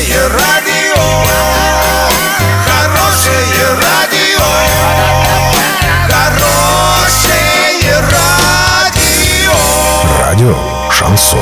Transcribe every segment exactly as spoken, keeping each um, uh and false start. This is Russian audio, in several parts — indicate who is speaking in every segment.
Speaker 1: Хорошее радио, хорошее радио, хорошее радио.
Speaker 2: Радио Шансон.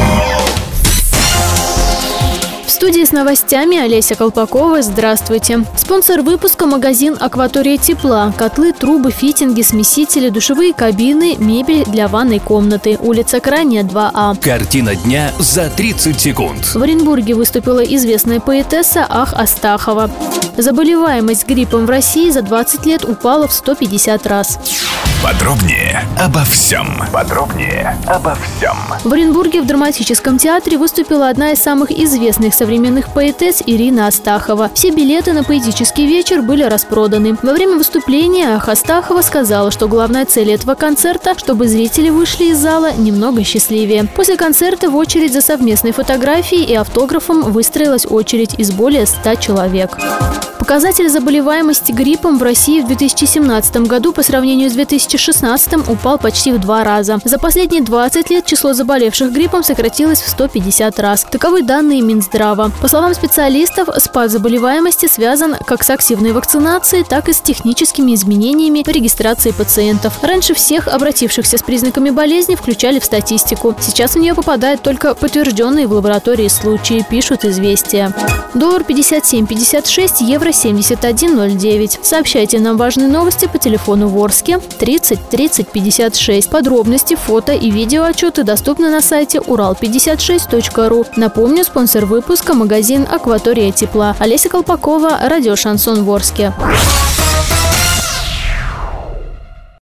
Speaker 3: В студии с новостями Олеся Колпакова. Здравствуйте. Спонсор выпуска — магазин «Акватория тепла». Котлы, трубы, фитинги, смесители, душевые кабины, мебель для ванной комнаты. Улица Крайняя, два А.
Speaker 4: Картина дня за тридцать секунд.
Speaker 3: В Оренбурге выступила известная поэтесса Ах Астахова. Заболеваемость гриппом в России за двадцать лет упала в сто пятьдесят раз.
Speaker 2: Подробнее обо всем. Подробнее обо всем.
Speaker 3: В Оренбурге в драматическом театре выступила одна из самых известных современных поэтесс Ирина Астахова. Все билеты на поэтический вечер были распроданы. Во время выступления Ах Астахова сказала, что главная цель этого концерта – чтобы зрители вышли из зала немного счастливее. После концерта в очередь за совместной фотографией и автографом выстроилась очередь из более ста человек. Показатель заболеваемости гриппом в России в две тысячи семнадцатом году по сравнению с две тысячи шестнадцатым упал почти в два раза. За последние двадцать лет число заболевших гриппом сократилось в сто пятьдесят раз. Таковы данные Минздрава. По словам специалистов, спад заболеваемости связан как с активной вакцинацией, так и с техническими изменениями в регистрации пациентов. Раньше всех обратившихся с признаками болезни включали в статистику. Сейчас в нее попадают только подтвержденные в лаборатории случаи, пишут «Известия». Доллар пятьдесят семь пятьдесят шесть, евро семьдесят один ноль девять. Сообщайте нам важные новости по телефону в Орске тридцать тридцать пятьдесят шесть. Подробности, фото и видеоотчеты доступны на сайте урал пятьдесят шесть точка ру. Напомню, спонсор выпуска — магазин «Акватория тепла». Олеся Колпакова, радио Шансон в Орске.